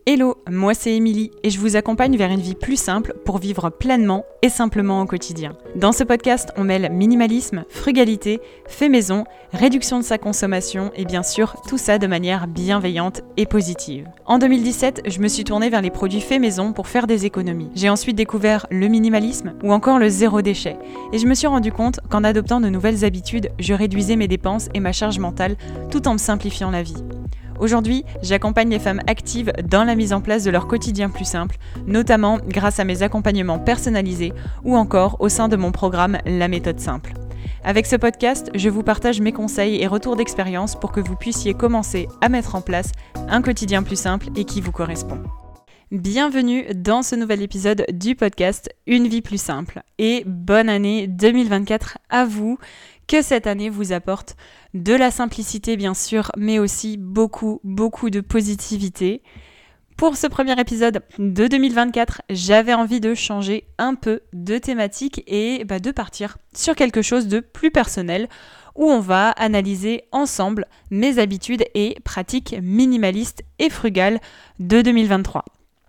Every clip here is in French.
Hello, moi c'est Émilie et je vous accompagne vers une vie plus simple pour vivre pleinement et simplement au quotidien. Dans ce podcast, on mêle minimalisme, frugalité, fait maison, réduction de sa consommation et bien sûr tout ça de manière bienveillante et positive. En 2017, je me suis tournée vers les produits fait maison pour faire des économies. J'ai ensuite découvert le minimalisme ou encore le zéro déchet et je me suis rendu compte qu'en adoptant de nouvelles habitudes, je réduisais mes dépenses et ma charge mentale tout en me simplifiant la vie. Aujourd'hui, j'accompagne les femmes actives dans la mise en place de leur quotidien plus simple, notamment grâce à mes accompagnements personnalisés ou encore au sein de mon programme La méthode simple. Avec ce podcast, je vous partage mes conseils et retours d'expérience pour que vous puissiez commencer à mettre en place un quotidien plus simple et qui vous correspond. Bienvenue dans ce nouvel épisode du podcast Une vie plus simple et bonne année 2024 à vous. Que cette année vous apporte de la simplicité bien sûr, mais aussi beaucoup de positivité. Pour ce premier épisode de 2024, j'avais envie de changer un peu de thématique et de partir sur quelque chose de plus personnel où on va analyser ensemble mes habitudes et pratiques minimalistes et frugales de 2023.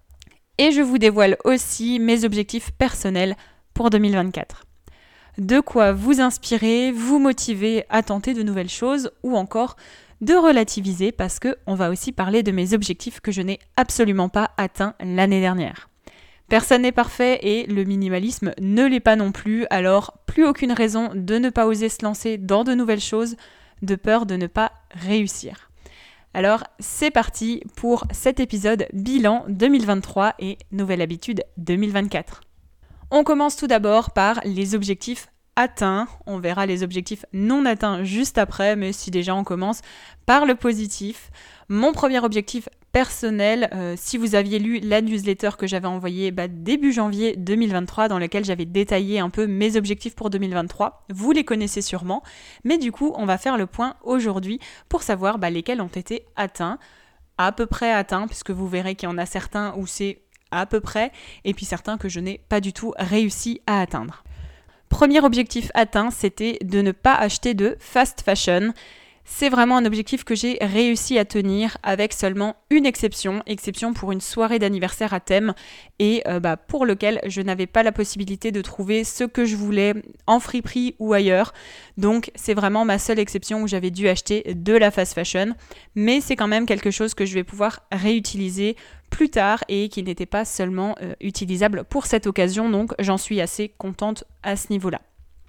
Et je vous dévoile aussi mes objectifs personnels pour 2024. De quoi vous inspirer, vous motiver à tenter de nouvelles choses ou encore de relativiser parce qu'on va aussi parler de mes objectifs que je n'ai absolument pas atteints l'année dernière. Personne n'est parfait et le minimalisme ne l'est pas non plus, alors plus aucune raison de ne pas oser se lancer dans de nouvelles choses de peur de ne pas réussir. Alors c'est parti pour cet épisode bilan 2023 et nouvelle habitude 2024. On commence tout d'abord par les objectifs atteints. On verra les objectifs non atteints juste après, mais si déjà on commence par le positif. Mon premier objectif personnel, si vous aviez lu la newsletter que j'avais envoyée début janvier 2023, dans laquelle j'avais détaillé un peu mes objectifs pour 2023, vous les connaissez sûrement, mais du coup on va faire le point aujourd'hui pour savoir lesquels ont été atteints, à peu près atteints, puisque vous verrez qu'il y en a certains où c'est à peu près, et puis certains que je n'ai pas du tout réussi à atteindre. Premier objectif atteint, c'était de ne pas acheter de fast fashion. C'est vraiment un objectif que j'ai réussi à tenir avec seulement une exception pour une soirée d'anniversaire à thème et pour lequel je n'avais pas la possibilité de trouver ce que je voulais en friperie ou ailleurs. Donc c'est vraiment ma seule exception où j'avais dû acheter de la fast fashion, mais c'est quand même quelque chose que je vais pouvoir réutiliser plus tard et qui n'était pas seulement utilisable pour cette occasion, donc j'en suis assez contente à ce niveau-là.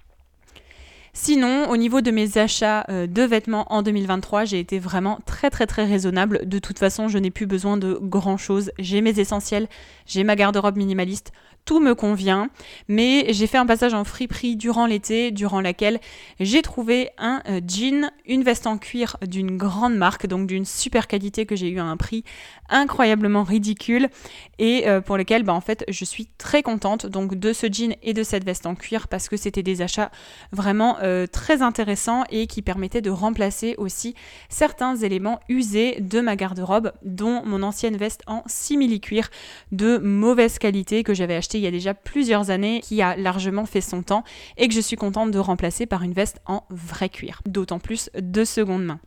Sinon, au niveau de mes achats de vêtements en 2023, j'ai été vraiment très raisonnable. De toute façon, je n'ai plus besoin de grand-chose. J'ai mes essentiels, j'ai ma garde-robe minimaliste, tout me convient. Mais j'ai fait un passage en friperie durant l'été, durant laquelle j'ai trouvé un jean, une veste en cuir d'une grande marque, donc d'une super qualité que j'ai eu à un prix incroyablement ridicule et pour lequel en fait je suis très contente donc de ce jean et de cette veste en cuir parce que c'était des achats vraiment très intéressants et qui permettaient de remplacer aussi certains éléments usés de ma garde-robe, dont mon ancienne veste en simili-cuir de mauvaise qualité que j'avais achetée il y a déjà plusieurs années, qui a largement fait son temps et que je suis contente de remplacer par une veste en vrai cuir, d'autant plus de seconde main.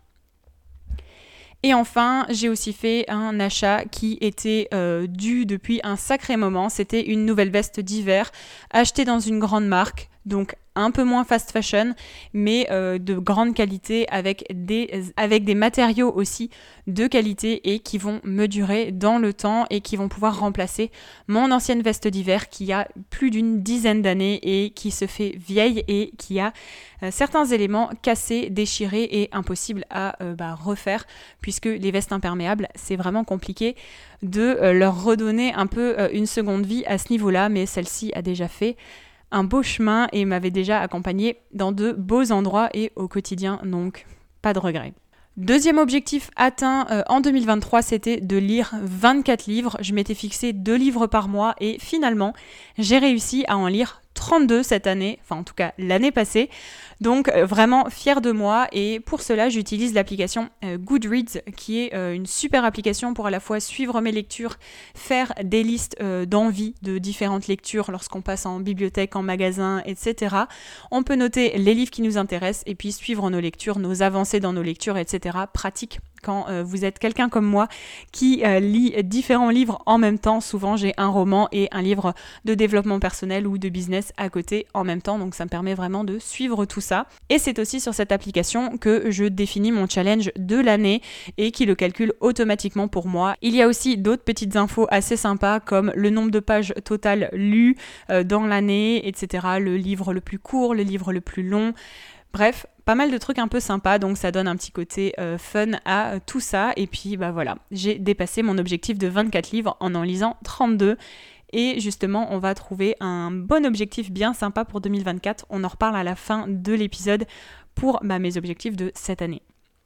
Et enfin, j'ai aussi fait un achat qui était dû depuis un sacré moment. C'était une nouvelle veste d'hiver achetée dans une grande marque, donc un peu moins fast fashion, mais de grande qualité avec des matériaux aussi de qualité et qui vont me durer dans le temps et qui vont pouvoir remplacer mon ancienne veste d'hiver qui a plus d'une dizaine d'années et qui se fait vieille et qui a certains éléments cassés, déchirés et impossibles à refaire puisque les vestes imperméables, c'est vraiment compliqué de leur redonner un peu une seconde vie à ce niveau-là, mais celle-ci a déjà fait un beau chemin et m'avait déjà accompagnée dans de beaux endroits et au quotidien, donc pas de regret. Deuxième objectif atteint en 2023, c'était de lire 24 livres. Je m'étais fixé 2 livres par mois et finalement, j'ai réussi à en lire 32 cette année, enfin en tout cas l'année passée. Donc vraiment fière de moi et pour cela j'utilise l'application Goodreads qui est une super application pour à la fois suivre mes lectures, faire des listes d'envie de différentes lectures lorsqu'on passe en bibliothèque, en magasin, etc. On peut noter les livres qui nous intéressent et puis suivre nos lectures, nos avancées dans nos lectures, etc. Pratique quand vous êtes quelqu'un comme moi qui lit différents livres en même temps. Souvent j'ai un roman et un livre de développement personnel ou de business à côté en même temps, donc ça me permet vraiment de suivre tout ça. Et c'est aussi sur cette application que je définis mon challenge de l'année et qui le calcule automatiquement pour moi. Il y a aussi d'autres petites infos assez sympas comme le nombre de pages totales lues dans l'année, etc. Le livre le plus court, le livre le plus long. Bref, pas mal de trucs un peu sympas, donc ça donne un petit côté fun à tout ça. Et puis voilà, j'ai dépassé mon objectif de 24 livres en lisant 32. Et justement, on va trouver un bon objectif bien sympa pour 2024. On en reparle à la fin de l'épisode pour mes objectifs de cette année.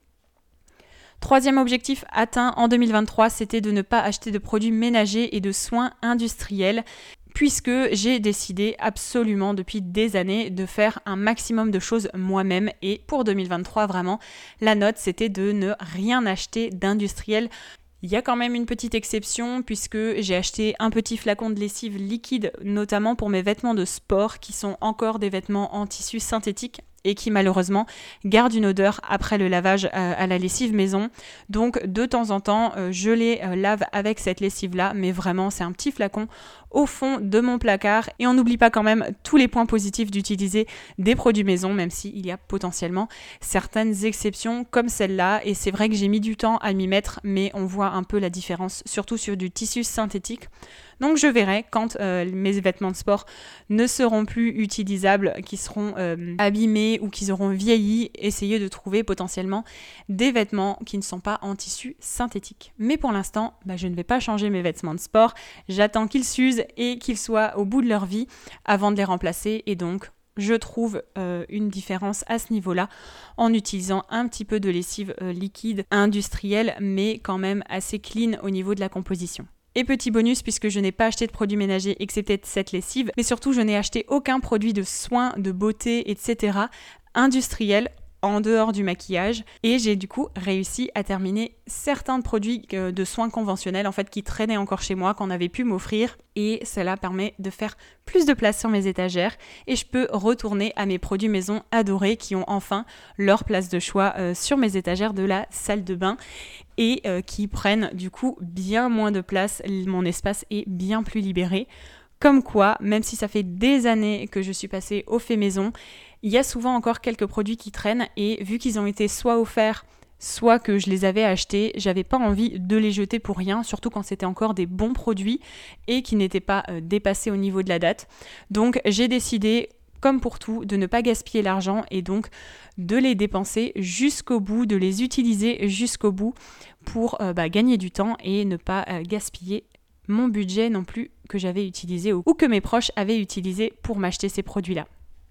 Troisième objectif atteint en 2023, c'était de ne pas acheter de produits ménagers et de soins industriels, puisque j'ai décidé absolument depuis des années de faire un maximum de choses moi-même. Et pour 2023, vraiment, la note, c'était de ne rien acheter d'industriel. Il y a quand même une petite exception puisque j'ai acheté un petit flacon de lessive liquide, notamment pour mes vêtements de sport qui sont encore des vêtements en tissu synthétique et qui malheureusement gardent une odeur après le lavage à la lessive maison. Donc de temps en temps, je les lave avec cette lessive-là, mais vraiment c'est un petit flacon au fond de mon placard. Et on n'oublie pas quand même tous les points positifs d'utiliser des produits maison, même s'il y a potentiellement certaines exceptions comme celle-là. Et c'est vrai que j'ai mis du temps à m'y mettre, mais on voit un peu la différence, surtout sur du tissu synthétique. Donc je verrai quand mes vêtements de sport ne seront plus utilisables, qui seront abîmés ou qu'ils auront vieilli, essayer de trouver potentiellement des vêtements qui ne sont pas en tissu synthétique. Mais pour l'instant, je ne vais pas changer mes vêtements de sport. J'attends qu'ils s'usent et qu'ils soient au bout de leur vie avant de les remplacer. Et donc, je trouve une différence à ce niveau-là en utilisant un petit peu de lessive liquide industrielle, mais quand même assez clean au niveau de la composition. Et petit bonus, puisque je n'ai pas acheté de produits ménagers excepté cette lessive, mais surtout je n'ai acheté aucun produit de soins, de beauté, etc. industriel en dehors du maquillage, et j'ai du coup réussi à terminer certains produits de soins conventionnels en fait qui traînaient encore chez moi, qu'on avait pu m'offrir, et cela permet de faire plus de place sur mes étagères et je peux retourner à mes produits maison adorés qui ont enfin leur place de choix sur mes étagères de la salle de bain et qui prennent du coup bien moins de place, mon espace est bien plus libéré. Comme quoi, même si ça fait des années que je suis passée au fait maison, il y a souvent encore quelques produits qui traînent et vu qu'ils ont été soit offerts, soit que je les avais achetés, j'avais pas envie de les jeter pour rien, surtout quand c'était encore des bons produits et qui n'étaient pas dépassés au niveau de la date. Donc j'ai décidé, comme pour tout, de ne pas gaspiller l'argent et donc de les dépenser jusqu'au bout, de les utiliser jusqu'au bout pour gagner du temps et ne pas gaspiller mon budget non plus que j'avais utilisé ou que mes proches avaient utilisé pour m'acheter ces produits-là.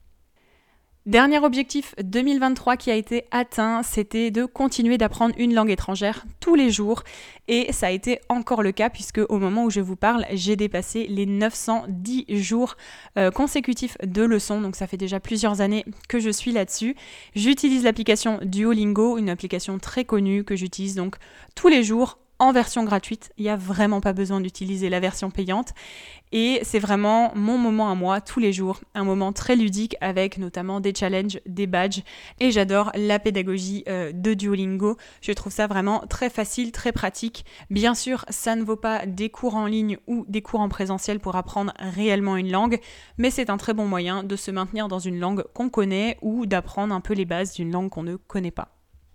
Dernier objectif 2023 qui a été atteint, c'était de continuer d'apprendre une langue étrangère tous les jours et ça a été encore le cas puisque au moment où je vous parle, j'ai dépassé les 910 jours consécutifs de leçons, donc ça fait déjà plusieurs années que je suis là-dessus. J'utilise l'application Duolingo, une application très connue que j'utilise donc tous les jours en version gratuite, il n'y a vraiment pas besoin d'utiliser la version payante et c'est vraiment mon moment à moi tous les jours, un moment très ludique avec notamment des challenges, des badges et j'adore la pédagogie de Duolingo, je trouve ça vraiment très facile, très pratique. Bien sûr, ça ne vaut pas des cours en ligne ou des cours en présentiel pour apprendre réellement une langue, mais c'est un très bon moyen de se maintenir dans une langue qu'on connaît ou d'apprendre un peu les bases d'une langue qu'on ne connaît pas.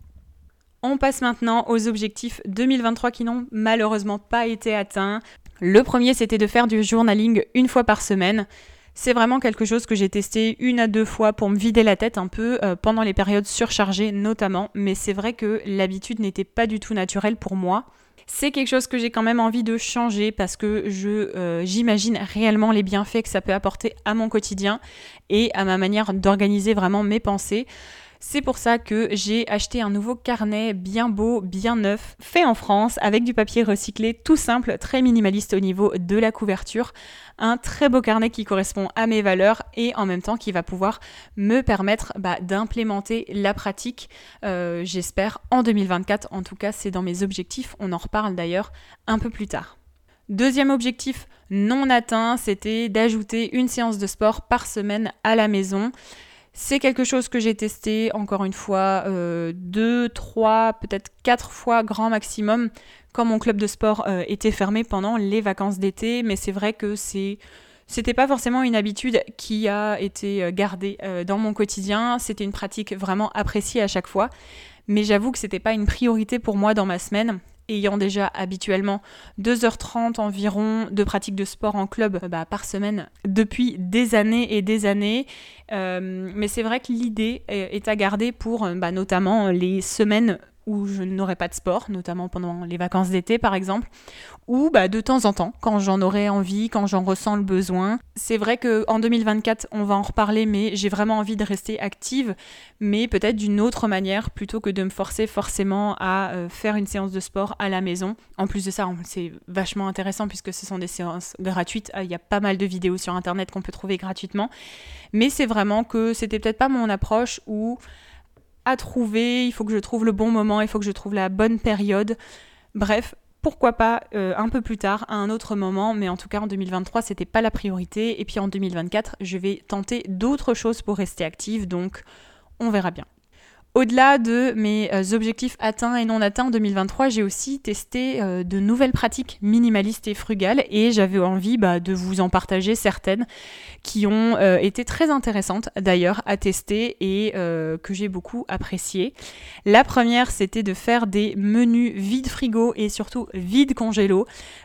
On passe maintenant aux objectifs 2023 qui n'ont malheureusement pas été atteints. Le premier, c'était de faire du journaling une fois par semaine. C'est vraiment quelque chose que j'ai testé 1 à 2 fois pour me vider la tête un peu pendant les périodes surchargées notamment. Mais c'est vrai que l'habitude n'était pas du tout naturelle pour moi. C'est quelque chose que j'ai quand même envie de changer parce que j'imagine réellement les bienfaits que ça peut apporter à mon quotidien et à ma manière d'organiser vraiment mes pensées. C'est pour ça que j'ai acheté un nouveau carnet bien beau, bien neuf, fait en France, avec du papier recyclé, tout simple, très minimaliste au niveau de la couverture. Un très beau carnet qui correspond à mes valeurs et en même temps qui va pouvoir me permettre d'implémenter la pratique, j'espère, en 2024. En tout cas, c'est dans mes objectifs. On en reparle d'ailleurs un peu plus tard. Deuxième objectif non atteint, c'était d'ajouter une séance de sport par semaine à la maison. C'est quelque chose que j'ai testé, encore une fois, 2, 3, peut-être 4 fois grand maximum, quand mon club de sport était fermé pendant les vacances d'été. Mais c'est vrai que c'était pas forcément une habitude qui a été gardée dans mon quotidien. C'était une pratique vraiment appréciée à chaque fois. Mais j'avoue que c'était pas une priorité pour moi dans ma semaine. Ayant déjà habituellement 2h30 environ de pratique de sport en club par semaine depuis des années et des années. Mais c'est vrai que l'idée est à garder pour notamment les semaines où je n'aurai pas de sport, notamment pendant les vacances d'été par exemple, ou de temps en temps, quand j'en aurai envie, quand j'en ressens le besoin. C'est vrai qu'en 2024, on va en reparler, mais j'ai vraiment envie de rester active, mais peut-être d'une autre manière, plutôt que de me forcer forcément à faire une séance de sport à la maison. En plus de ça, c'est vachement intéressant puisque ce sont des séances gratuites. Il y a pas mal de vidéos sur Internet qu'on peut trouver gratuitement, mais c'est vraiment que c'était peut-être pas mon approche où à trouver, il faut que je trouve le bon moment, il faut que je trouve la bonne période. Bref, pourquoi pas un peu plus tard, à un autre moment, mais en tout cas en 2023, c'était pas la priorité. Et puis en 2024, je vais tenter d'autres choses pour rester active, donc on verra bien. Au-delà de mes objectifs atteints et non atteints en 2023, j'ai aussi testé de nouvelles pratiques minimalistes et frugales et j'avais envie de vous en partager certaines qui ont été très intéressantes d'ailleurs à tester et que j'ai beaucoup appréciées. La première, c'était de faire des menus vide frigo et surtout vide congélo,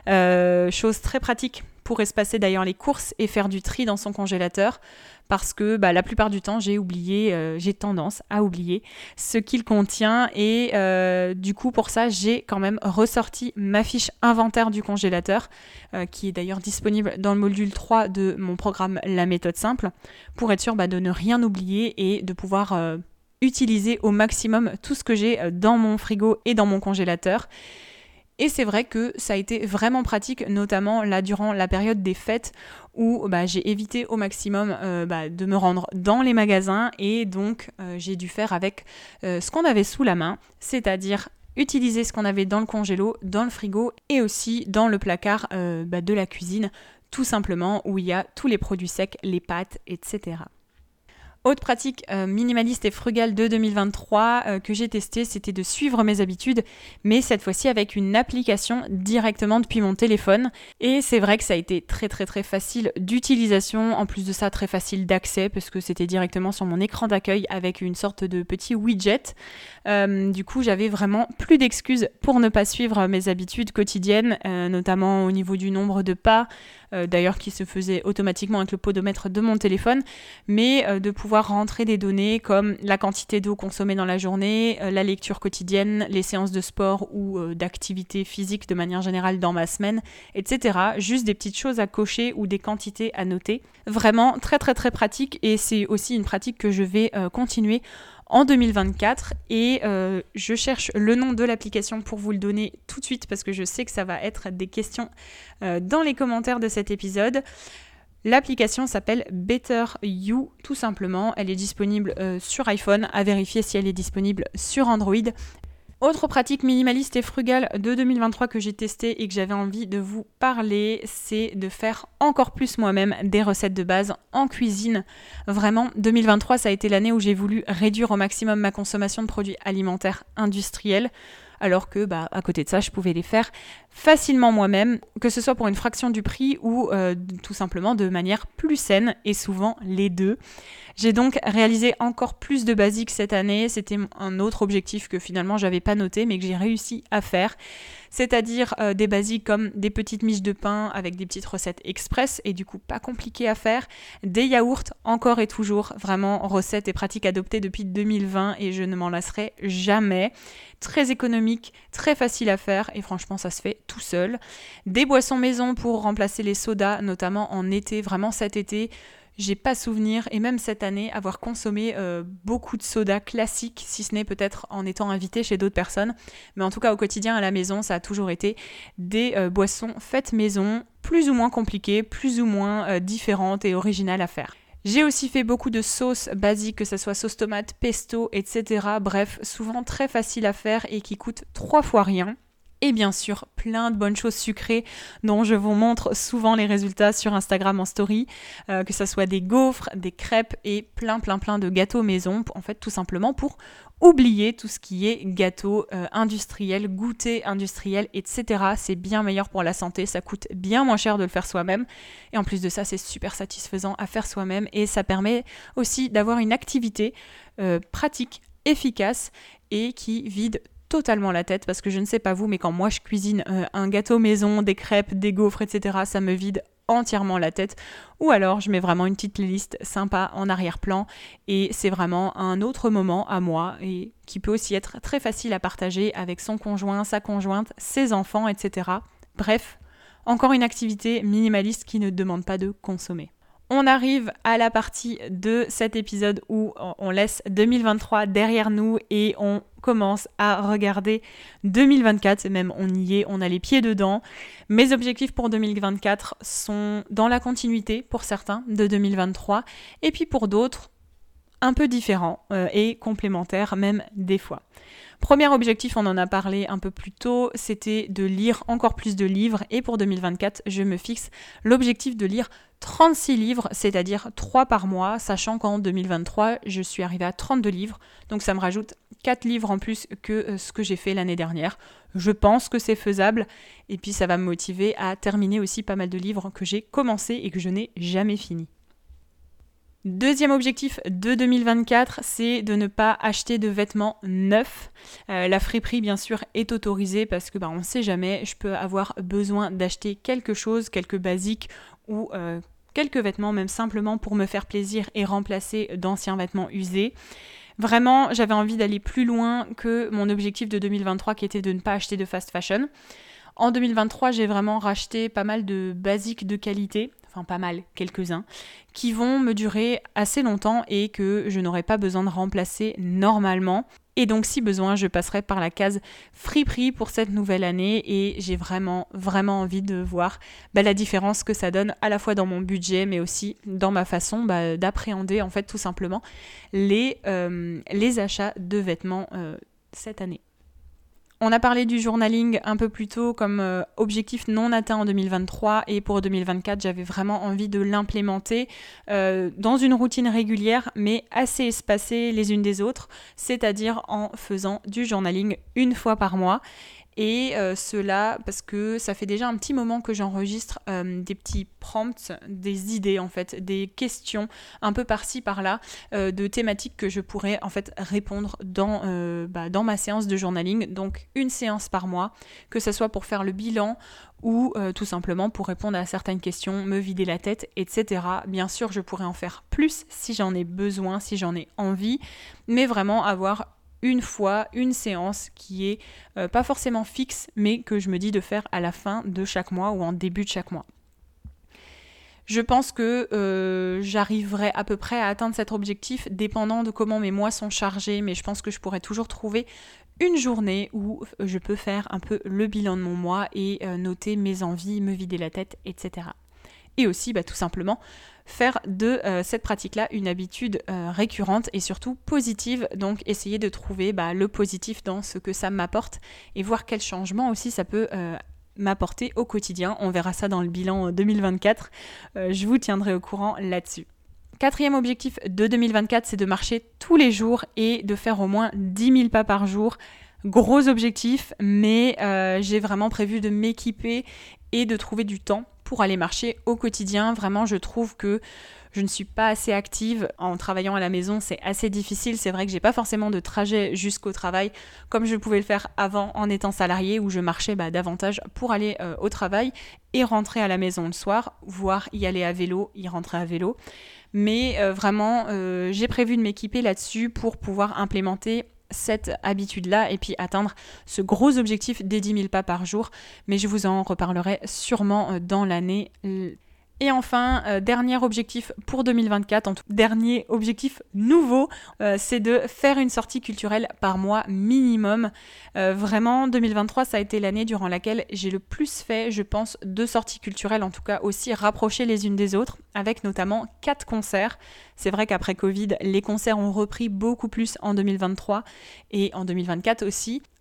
chose très pratique pour espacer d'ailleurs les courses et faire du tri dans son congélateur. Parce que la plupart du temps, j'ai tendance à oublier ce qu'il contient. Et du coup, pour ça, j'ai quand même ressorti ma fiche inventaire du congélateur, qui est d'ailleurs disponible dans le module 3 de mon programme La méthode simple, pour être sûr de ne rien oublier et de pouvoir utiliser au maximum tout ce que j'ai dans mon frigo et dans mon congélateur. Et c'est vrai que ça a été vraiment pratique, notamment là durant la période des fêtes où j'ai évité au maximum de me rendre dans les magasins et donc j'ai dû faire avec ce qu'on avait sous la main, c'est-à-dire utiliser ce qu'on avait dans le congélo, dans le frigo et aussi dans le placard de la cuisine, tout simplement où il y a tous les produits secs, les pâtes, etc. Autre pratique minimaliste et frugale de 2023 que j'ai testée, c'était de suivre mes habitudes, mais cette fois-ci avec une application directement depuis mon téléphone. Et c'est vrai que ça a été très très très facile d'utilisation, en plus de ça très facile d'accès, parce que c'était directement sur mon écran d'accueil avec une sorte de petit widget. Du coup, j'avais vraiment plus d'excuses pour ne pas suivre mes habitudes quotidiennes, notamment au niveau du nombre de pas, d'ailleurs qui se faisait automatiquement avec le podomètre de mon téléphone, mais de pouvoir rentrer des données comme la quantité d'eau consommée dans la journée, la lecture quotidienne, les séances de sport ou d'activité physique de manière générale dans ma semaine, etc. Juste des petites choses à cocher ou des quantités à noter. Vraiment très très très pratique et c'est aussi une pratique que je vais continuer en 2024 et je cherche le nom de l'application pour vous le donner tout de suite parce que je sais que ça va être des questions dans les commentaires de cet épisode. L'application s'appelle Better You, tout simplement. Elle est disponible sur iPhone, à vérifier si elle est disponible sur Android. Autre pratique minimaliste et frugale de 2023 que j'ai testée et que j'avais envie de vous parler, c'est de faire encore plus moi-même des recettes de base en cuisine. Vraiment, 2023, ça a été l'année où j'ai voulu réduire au maximum ma consommation de produits alimentaires industriels. Alors que, à côté de ça, je pouvais les faire facilement moi-même, que ce soit pour une fraction du prix ou tout simplement de manière plus saine, et souvent les deux. J'ai donc réalisé encore plus de basiques cette année. C'était un autre objectif que finalement j'avais pas noté, mais que j'ai réussi à faire. C'est-à-dire des basiques comme des petites miches de pain avec des petites recettes express et du coup pas compliquées à faire. Des yaourts, encore et toujours, vraiment recettes et pratiques adoptées depuis 2020 et je ne m'en lasserai jamais. Très économique, très facile à faire et franchement ça se fait tout seul. Des boissons maison pour remplacer les sodas, notamment en été, vraiment cet été. J'ai pas souvenir, et même cette année, avoir consommé beaucoup de sodas classiques, si ce n'est peut-être en étant invitée chez d'autres personnes. Mais en tout cas, au quotidien, à la maison, ça a toujours été des boissons faites maison, plus ou moins compliquées, plus ou moins différentes et originales à faire. J'ai aussi fait beaucoup de sauces basiques, que ce soit sauce tomate, pesto, etc. Bref, souvent très facile à faire et qui coûtent 3 fois rien. Et bien sûr, plein de bonnes choses sucrées dont je vous montre souvent les résultats sur Instagram en story, que ce soit des gaufres, des crêpes et plein de gâteaux maison, en fait tout simplement pour oublier tout ce qui est gâteau industriel, goûter industriel, etc. C'est bien meilleur pour la santé, ça coûte bien moins cher de le faire soi-même. Et en plus de ça, c'est super satisfaisant à faire soi-même et ça permet aussi d'avoir une activité pratique, efficace et qui vide totalement la tête, parce que je ne sais pas vous, mais quand moi je cuisine un gâteau maison, des crêpes, des gaufres, etc., ça me vide entièrement la tête. Ou alors je mets vraiment une petite playlist sympa en arrière-plan et c'est vraiment un autre moment à moi et qui peut aussi être très facile à partager avec son conjoint, sa conjointe, ses enfants, etc. Bref, encore une activité minimaliste qui ne demande pas de consommer. On arrive à la partie de cet épisode où on laisse 2023 derrière nous et on commence à regarder 2024, même on y est, on a les pieds dedans. Mes objectifs pour 2024 sont dans la continuité pour certains de 2023 et puis pour d'autres un peu différents et complémentaires même des fois. Premier objectif, on en a parlé un peu plus tôt, c'était de lire encore plus de livres et pour 2024, je me fixe l'objectif de lire 36 livres, c'est-à-dire 3 par mois, sachant qu'en 2023, je suis arrivée à 32 livres, donc ça me rajoute 4 livres en plus que ce que j'ai fait l'année dernière. Je pense que c'est faisable et puis ça va me motiver à terminer aussi pas mal de livres que j'ai commencé et que je n'ai jamais fini. Deuxième objectif de 2024, c'est de ne pas acheter de vêtements neufs. La friperie, bien sûr, est autorisée parce que on ne sait jamais, je peux avoir besoin d'acheter quelque chose, quelques basiques ou quelques vêtements, même simplement pour me faire plaisir et remplacer d'anciens vêtements usés. Vraiment, j'avais envie d'aller plus loin que mon objectif de 2023 qui était de ne pas acheter de fast fashion. En 2023, j'ai vraiment racheté pas mal de basiques de qualité, enfin pas mal, quelques-uns, qui vont me durer assez longtemps et que je n'aurai pas besoin de remplacer normalement. Et donc si besoin, je passerai par la case friperie pour cette nouvelle année et j'ai vraiment envie de voir la différence que ça donne à la fois dans mon budget mais aussi dans ma façon d'appréhender en fait tout simplement les achats de vêtements cette année. On a parlé du journaling un peu plus tôt comme objectif non atteint en 2023 et pour 2024, j'avais vraiment envie de l'implémenter dans une routine régulière mais assez espacée les unes des autres, c'est-à-dire en faisant du journaling une fois par mois. Et cela parce que ça fait déjà un petit moment que j'enregistre des petits prompts, des idées en fait, des questions un peu par-ci par-là, de thématiques que je pourrais en fait répondre dans ma séance de journaling. Donc une séance par mois, que ce soit pour faire le bilan ou tout simplement pour répondre à certaines questions, me vider la tête, etc. Bien sûr, je pourrais en faire plus si j'en ai besoin, si j'en ai envie, mais vraiment avoir une fois, une séance qui est pas forcément fixe, mais que je me dis de faire à la fin de chaque mois ou en début de chaque mois. Je pense que j'arriverai à peu près à atteindre cet objectif dépendant de comment mes mois sont chargés, mais je pense que je pourrais toujours trouver une journée où je peux faire un peu le bilan de mon mois et noter mes envies, me vider la tête, etc. Et aussi tout simplement faire de cette pratique-là une habitude récurrente et surtout positive, donc essayer de trouver le positif dans ce que ça m'apporte et voir quel changement aussi ça peut m'apporter au quotidien. On verra ça dans le bilan 2024, je vous tiendrai au courant là-dessus. Quatrième objectif de 2024, c'est de marcher tous les jours et de faire au moins 10 000 pas par jour. Gros objectif, mais j'ai vraiment prévu de m'équiper et de trouver du temps pour aller marcher au quotidien. Vraiment, je trouve que je ne suis pas assez active. En travaillant à la maison, c'est assez difficile. C'est vrai que j'ai pas forcément de trajet jusqu'au travail comme je pouvais le faire avant en étant salariée où je marchais davantage pour aller au travail et rentrer à la maison le soir, voire y aller à vélo, y rentrer à vélo. Mais vraiment, j'ai prévu de m'équiper là-dessus pour pouvoir implémenter cette habitude-là et puis atteindre ce gros objectif des 10 000 pas par jour. Mais je vous en reparlerai sûrement dans l'année. Et enfin, dernier objectif pour 2024, dernier objectif nouveau, c'est de faire une sortie culturelle par mois minimum. Vraiment, 2023, ça a été l'année durant laquelle j'ai le plus fait, je pense, de sorties culturelles, en tout cas aussi rapprochées les unes des autres, avec notamment 4 concerts. C'est vrai qu'après Covid, les concerts ont repris beaucoup plus en 2023 et en 2024 aussi.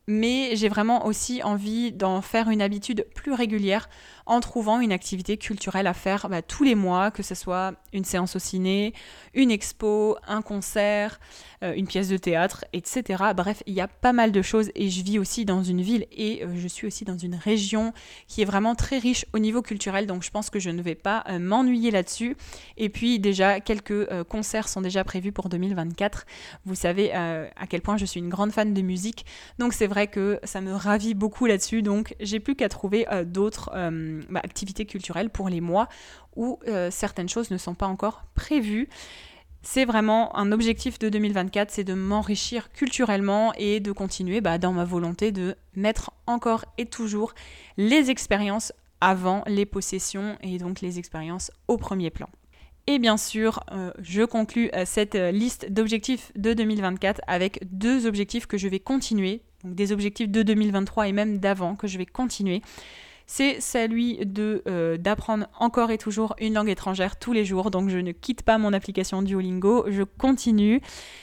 Mais j'ai vraiment aussi envie d'en faire une habitude plus régulière en trouvant une activité culturelle à faire tous les mois, que ce soit une séance au ciné, une expo, un concert, une pièce de théâtre, etc. Bref, il y a pas mal de choses et je vis aussi dans une ville et je suis aussi dans une région qui est vraiment très riche au niveau culturel, donc je pense que je ne vais pas m'ennuyer là-dessus. Et puis déjà, quelques concerts sont déjà prévus pour 2024. Vous savez à quel point je suis une grande fan de musique, donc c'est vrai que ça me ravit beaucoup là-dessus, donc j'ai plus qu'à trouver d'autres activités culturelles pour les mois où certaines choses ne sont pas encore prévues. C'est vraiment un objectif de 2024, c'est de m'enrichir culturellement et de continuer dans ma volonté de mettre encore et toujours les expériences avant les possessions et donc les expériences au premier plan. Et bien sûr, je conclus cette liste d'objectifs de 2024 avec 2 objectifs que je vais continuer, donc des objectifs de 2023 et même d'avant que je vais continuer. C'est celui d'apprendre encore et toujours une langue étrangère tous les jours, donc je ne quitte pas mon application Duolingo, je continue.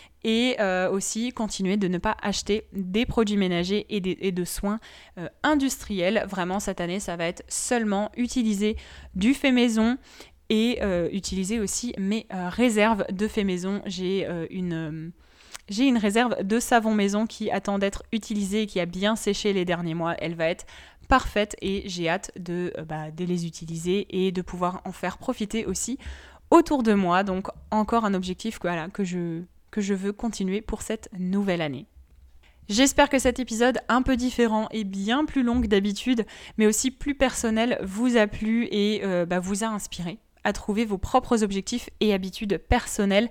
Et aussi continuer de ne pas acheter des produits ménagers et de soins industriels. Vraiment, cette année, ça va être seulement utiliser du fait maison et utiliser aussi mes réserves de fait maison. J'ai une réserve de savon maison qui attend d'être utilisée et qui a bien séché les derniers mois. Elle va être parfaite et j'ai hâte de les utiliser et de pouvoir en faire profiter aussi autour de moi. Donc encore un objectif que je veux continuer pour cette nouvelle année. J'espère que cet épisode un peu différent et bien plus long que d'habitude, mais aussi plus personnel, vous a plu et vous a inspiré à trouver vos propres objectifs et habitudes personnelles.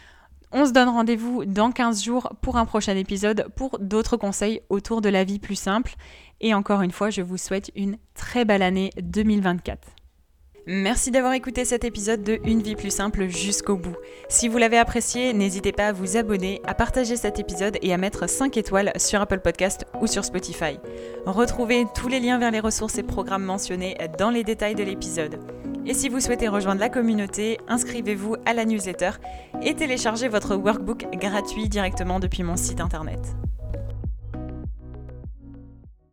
On se donne rendez-vous dans 15 jours pour un prochain épisode pour d'autres conseils autour de la vie plus simple. Et encore une fois, je vous souhaite une très belle année 2024. Merci d'avoir écouté cet épisode de Une vie plus simple jusqu'au bout. Si vous l'avez apprécié, n'hésitez pas à vous abonner, à partager cet épisode et à mettre 5 étoiles sur Apple Podcast ou sur Spotify. Retrouvez tous les liens vers les ressources et programmes mentionnés dans les détails de l'épisode. Et si vous souhaitez rejoindre la communauté, inscrivez-vous à la newsletter et téléchargez votre workbook gratuit directement depuis mon site internet.